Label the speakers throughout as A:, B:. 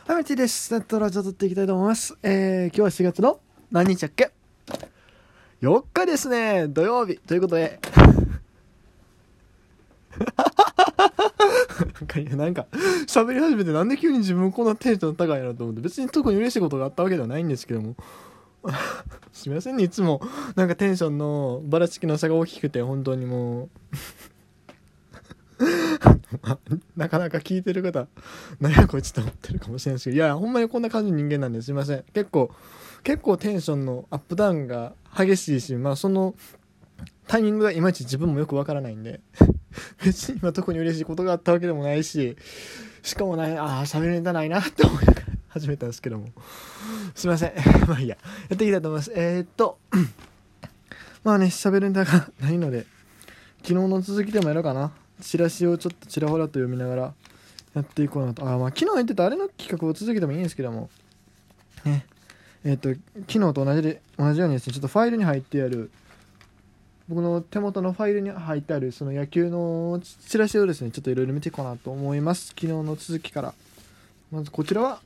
A: はい、みちです。ネットラジオ撮っていきたいと思います。今日は4月の何日だっけ ?4 日ですね。土曜日。ということで。なんか、喋り始めてなんで急に自分こんなテンション高いなと思って、別に特に嬉しいことがあったわけではないんですけども。すみませんね、いつも。なんかテンションのばらつきの差が大きくて、本当にもう。なかなか聞いてる方何やこいつと思ってるかもしれないですけど、いやほんまにこんな感じの人間なんですいません。結構テンションのアップダウンが激しいし、そのタイミングがいまいち自分もよくわからないんで別に今特に嬉しいことがあったわけでもないし、しかもね、喋るネタないなって思いながら始めたんですけども、すいません。まあいいや、やっていきたいと思います。まあね、喋るネタがないので昨日の続きでもやろうかな。チラシをちょっとちらほらと読みながらやっていこうなと。昨日言ってたあれの企画を続けてもいいんですけどもね。昨日と同じようにですね、ちょっとファイルに入ってある、僕の手元のファイルに入ってあるその野球のチラシをですね、ちょっといろいろ見ていこうなと思います。昨日の続きから。まずこちらは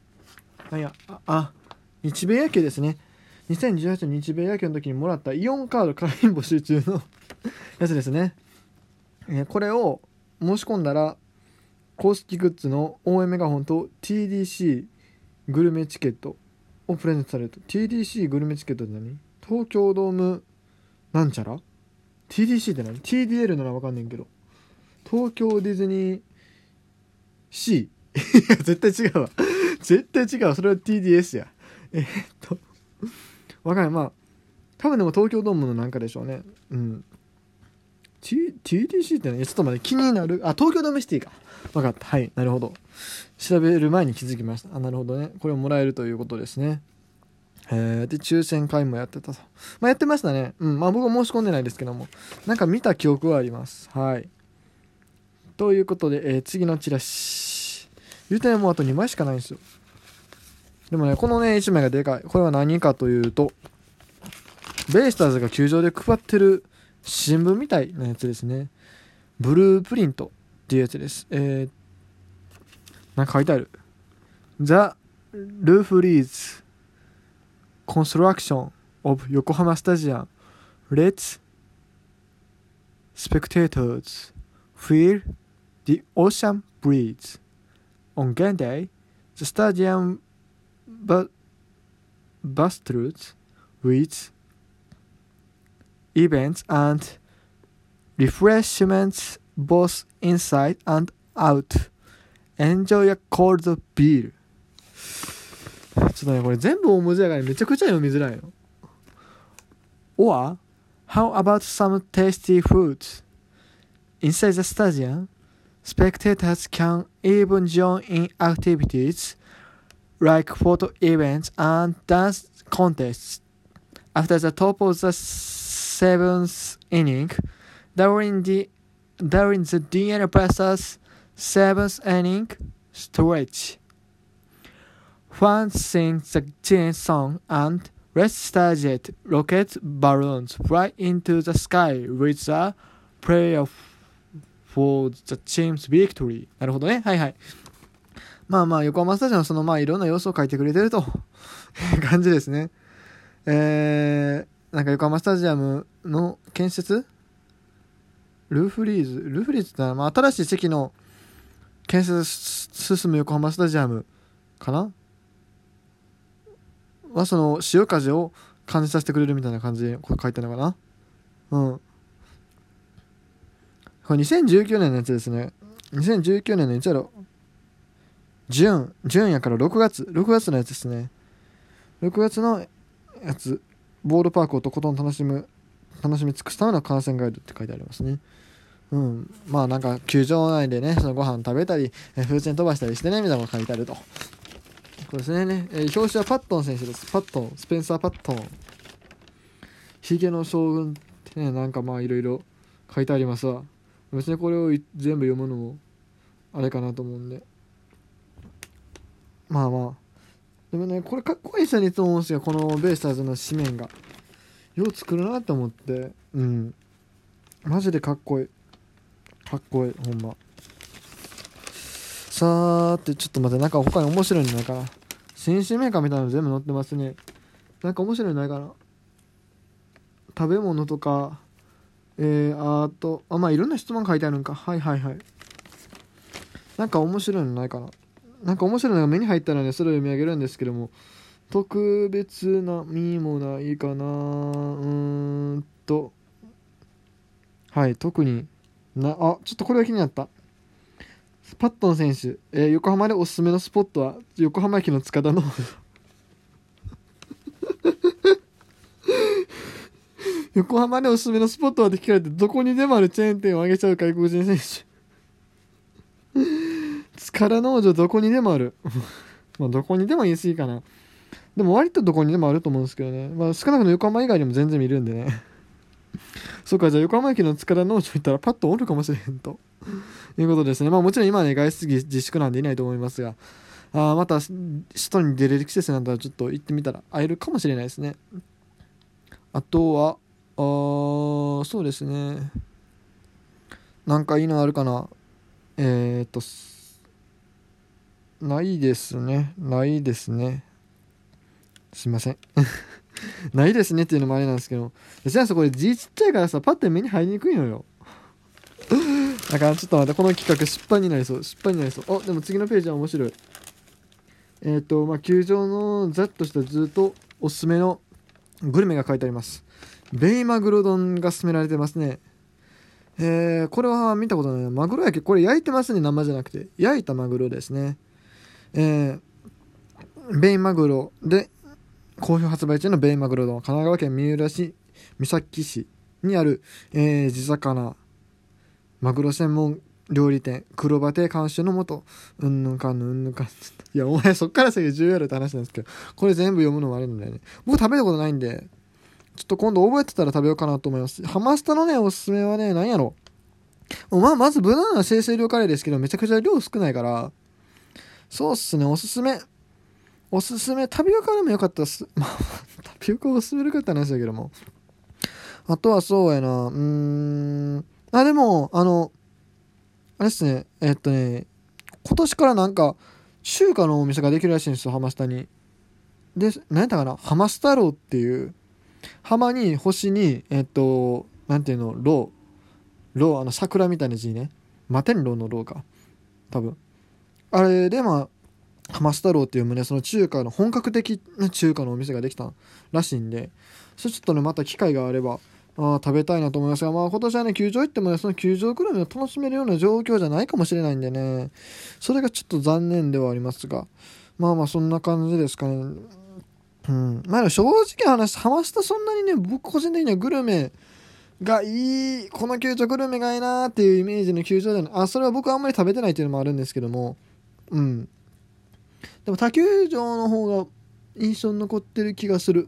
A: 日米野球ですね。2018年日米野球の時にもらったイオンカード会員募集中のやつですね。これを申し込んだら公式グッズの応援メガホンと TDC グルメチケットをプレゼントされると。 TDC グルメチケットって何？東京ドームなんちゃら TDC って何？ TDL ならわかんねんけど、東京ディズニーシーいや絶対違うわ絶対違う、それは TDS や。わかんない。多分でも東京ドームのなんかでしょうね。TDC ってね、ちょっと待って、気になる。東京ドームシティか。分かった。はい、なるほど。調べる前に気づきました。なるほどね。これをもらえるということですね。で、抽選会もやってたと。やってましたね。僕は申し込んでないですけども、なんか見た記憶はあります。はい。ということで、次のチラシ。言うてもうあと2枚しかないんですよ。でもね、このね、1枚がでかい。これは何かというと、ベイスターズが球場で配ってる新聞みたいなやつですね。ブループリントっていうやつです。なんか書いてある。The Roof Leads Construction of 横浜 Stadium Let's Spectators Feel the Ocean Breeze On game day, the stadium bustles with events and refreshments both inside and out. Enjoy a cold beer. ちょっとね、これ全部大文字やからめちゃくちゃ読みづらいの。Or, how about some tasty foods? Inside the stadium, spectators can even join in activities like photo events and dance contests. After the top of the 7th inning, during the DeNA vs 7th inning stretch, fans sing the team song and Let's Starjet rocket balloons fly into the sky with a prayer for the team's victory. なるほどね。はいはい。横浜スタジアムのいろんな様子を書いてくれてると感じですね。なんか横浜スタジアムの建設、ルーフリーズってのは、新しい席の建設進む横浜スタジアムかなは、その潮風を感じさせてくれるみたいな感じでこれ書いてあるのかな。これ2019年のやつですね。2019年のいつやろ、準やから6月のやつですね。6月のやつ、ボールパークをとことん楽しみ尽くすための観戦ガイドって書いてありますね。なんか球場内でね、そのご飯食べたり風船飛ばしたりしてねみたいなのが書いてあると。そうですね。表紙はパットン選手です。スペンサー・パットン。ヒゲの将軍ってね、なんかいろいろ書いてありますわ。別にこれを全部読むのもあれかなと思うんで、でもね、これかっこいいですよね。いつも思うんですよ、このベイスターズの紙面がよう作るなと思って。マジでかっこいいほんま。 さーて、ちょっと待って、なんか他に面白いのないかな。新種メーカーみたいなの全部載ってますね。なんか面白いのないかな。食べ物とか、まあいろんな質問書いてあるんか。はいはいはい。なんか面白いのないかな。なんか面白いのが目に入ったらね、それを読み上げるんですけども、特別な意味もないかな。はい、特にちょっとこれが気になった。パットン選手、横浜でおすすめのスポットは横浜駅の塚田の横浜でおすすめのスポットはって聞かれて、どこにでもあるチェーン店を挙げちゃう外国人選手塚田農場どこにでもあるまあどこにでも言い過ぎかな。でも割とどこにでもあると思うんですけどね。まあ少なくとも横浜以外にも全然見るんでねそうか、じゃあ横浜駅の塚田農場行ったらパッとおるかもしれへんということですね。まあもちろん今はね、外出自粛なんでいないと思いますが、また外に出れる季節になったらちょっと行ってみたら会えるかもしれないですね。あとはそうですね、なんかいいのあるかな。ないですね。ないですね。すいませんないですねっていうのもあれなんですけど、じゃあこれ字ちっちゃいからさ、パッて目に入りにくいのよだからちょっと待って、この企画失敗になりそう。でも次のページは面白い。まあ球場のざっとしたずっとおすすめのグルメが書いてあります。ベイマグロ丼が勧められてますね。これは見たことないな。マグロ焼き、これ焼いてますね。生じゃなくて焼いたマグロですね。ベイマグロで好評発売中のベイマグロ丼、神奈川県三浦市三崎市にある、地魚マグロ専門料理店黒羽亭監修のもと、うんぬんかんぬんうんぬんかんぬんいやお前そっから先重要やって話なんですけど、これ全部読むのもあるんだよね。僕食べたことないんで、ちょっと今度覚えてたら食べようかなと思います。ハマスタのねおすすめはね、何やろ、まず無難な生成量カレーですけど、めちゃくちゃ量少ないから、そうっすね。おすすめタピオカでもよかったっすまあタピオカをおすすめるかって話だけども、あとはそうやな、でもあれっすね、今年からなんか中華のお店ができるらしいんですよ、ハマスタに。で、何やったかな、ハマスタローっていう、浜に星になんていうの、ロー、桜みたいな字ね、摩天楼のローか、多分あれで、まあハマスタローっていうね、その中華の本格的な中華のお店ができたらしいんで、それちょっとね、また機会があれば食べたいなと思いますが、まあ今年はね、球場行ってもね、その球場グルメを楽しめるような状況じゃないかもしれないんでね、それがちょっと残念ではありますが、まあそんな感じですかね。まあ正直話、ハマスタそんなにね、僕個人的にはグルメがいい、この球場グルメがいいなーっていうイメージの球場で、それは僕はあんまり食べてないっていうのもあるんですけども、でも他球場の方が印象に残ってる気がする。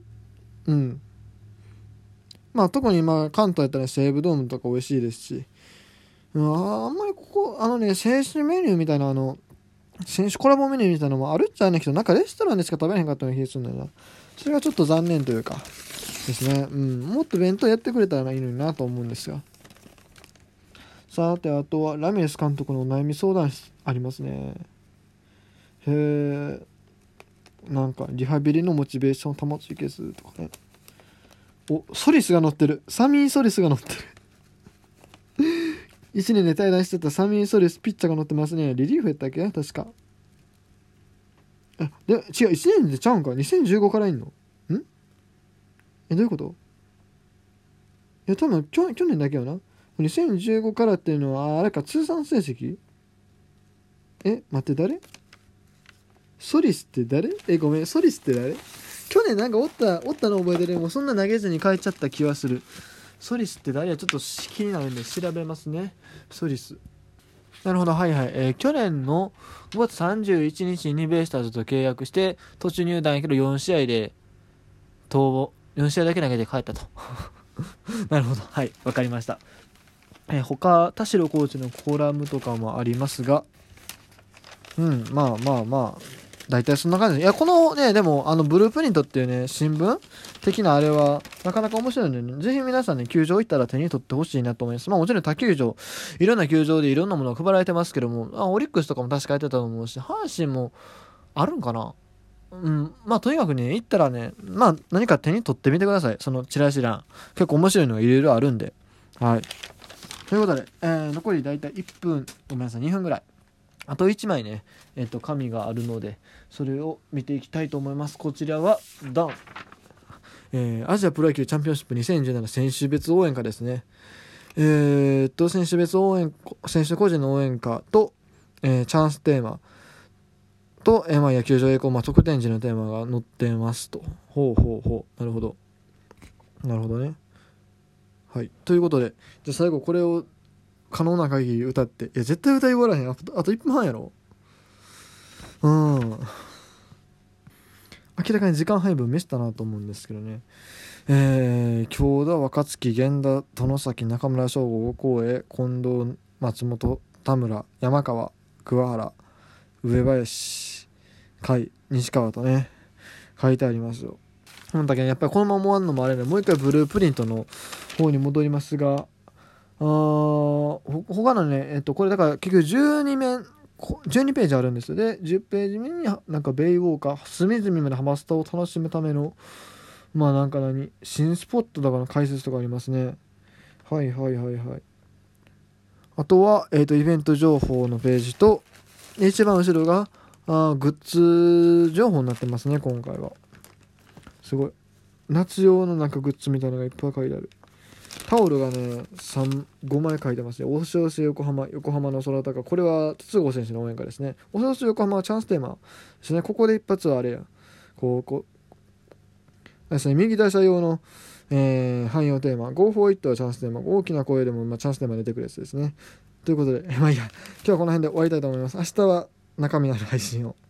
A: まあ特に関東やったら西武ドームとか美味しいですし、あんまりここ選手メニューみたいな選手コラボメニューみたいなのもあるっちゃうんだけど、なんかレストランでしか食べれへんかったような気がするんだよな。それがちょっと残念というかですね。もっと弁当やってくれたらいいのになと思うんですが。さて、あとはラミレス監督のお悩み相談ありますね。なんかリハビリのモチベーションを保つケースとかね。ソリスが乗ってる。サミー・ソリスが乗ってる1年で対談してたサミー・ソリスピッチャーが乗ってますね。リリーフやったっけ確か。違う、1年でちゃうんか。2015からいんの？どういうこと？多分去年だけよな。2015からっていうのはあれか、通算成績？待って誰？ソリスって誰？ごめん、ソリスって誰？去年なんかおったの覚えてる。もうそんな投げずに帰っちゃった気はする。ソリスって誰や？ちょっと気になるんで調べますね。ソリス。なるほど、はいはい。去年の5月31日にベイスターズと契約して途中入団やけど4試合で4試合だけ投げて帰ったとなるほど、はい、わかりました。他田代コーチのコラムとかもありますが、まあ大体そんな感じで。いや、このね、でも、ブループリントっていうね、新聞的なあれは、なかなか面白いので、ね、ぜひ皆さんね、球場行ったら手に取ってほしいなと思います。まあもちろん他球場、いろんな球場でいろんなものが配られてますけども、オリックスとかも確かやってたと思うし、阪神もあるんかな。うん、まあとにかくね、行ったらね、まあ何か手に取ってみてください。そのチラシ欄。結構面白いのがいろいろあるんで。はい。ということで、残りだいたい1分、ごめんなさい、2分ぐらい。あと1枚ね、紙があるので、それを見ていきたいと思います。こちらは、ダン。アジアプロ野球チャンピオンシップ2017選手別応援歌ですね。選手別応援、選手個人の応援歌と、チャンステーマと、まあ、野球場栄光、得点時のテーマが載ってますと。ほう。なるほど。なるほどね。はい。ということで、じゃあ最後これを可能な限り歌って。いや、絶対歌い終わらへん。あと1分半やろ。明らかに時間配分ミスったなと思うんですけどね。京田、若月、源田、殿崎、中村翔吾、大江、近藤、松本、田村、山川、桑原、上林、甲斐、西川とね、書いてありますよ。なんだけど、やっぱりこのまま終わるのもあれで、もう一回ブループリントの方に戻りますが、他のね、これだから結局12ページあるんですよ。で、10ページ目になんかベイウォーカー、隅々までハマスタを楽しむための、まあなんか新スポットだから解説とかありますね。はい。あとは、イベント情報のページと、一番後ろが、グッズ情報になってますね、今回は。すごい。夏用のなんかグッズみたいなのがいっぱい書いてある。タオルがね、5枚書いてますね。押し寄せ横浜の空高。これは筒香選手の応援歌ですね。押し寄せ横浜はチャンステーマですね。ここで一発はあれや。ですね、右打者用の、汎用テーマ。Go for it はチャンステーマ。大きな声でも、チャンステーマ出てくるやつですね。ということで、まあいいや。今日はこの辺で終わりたいと思います。明日は中身のある配信を。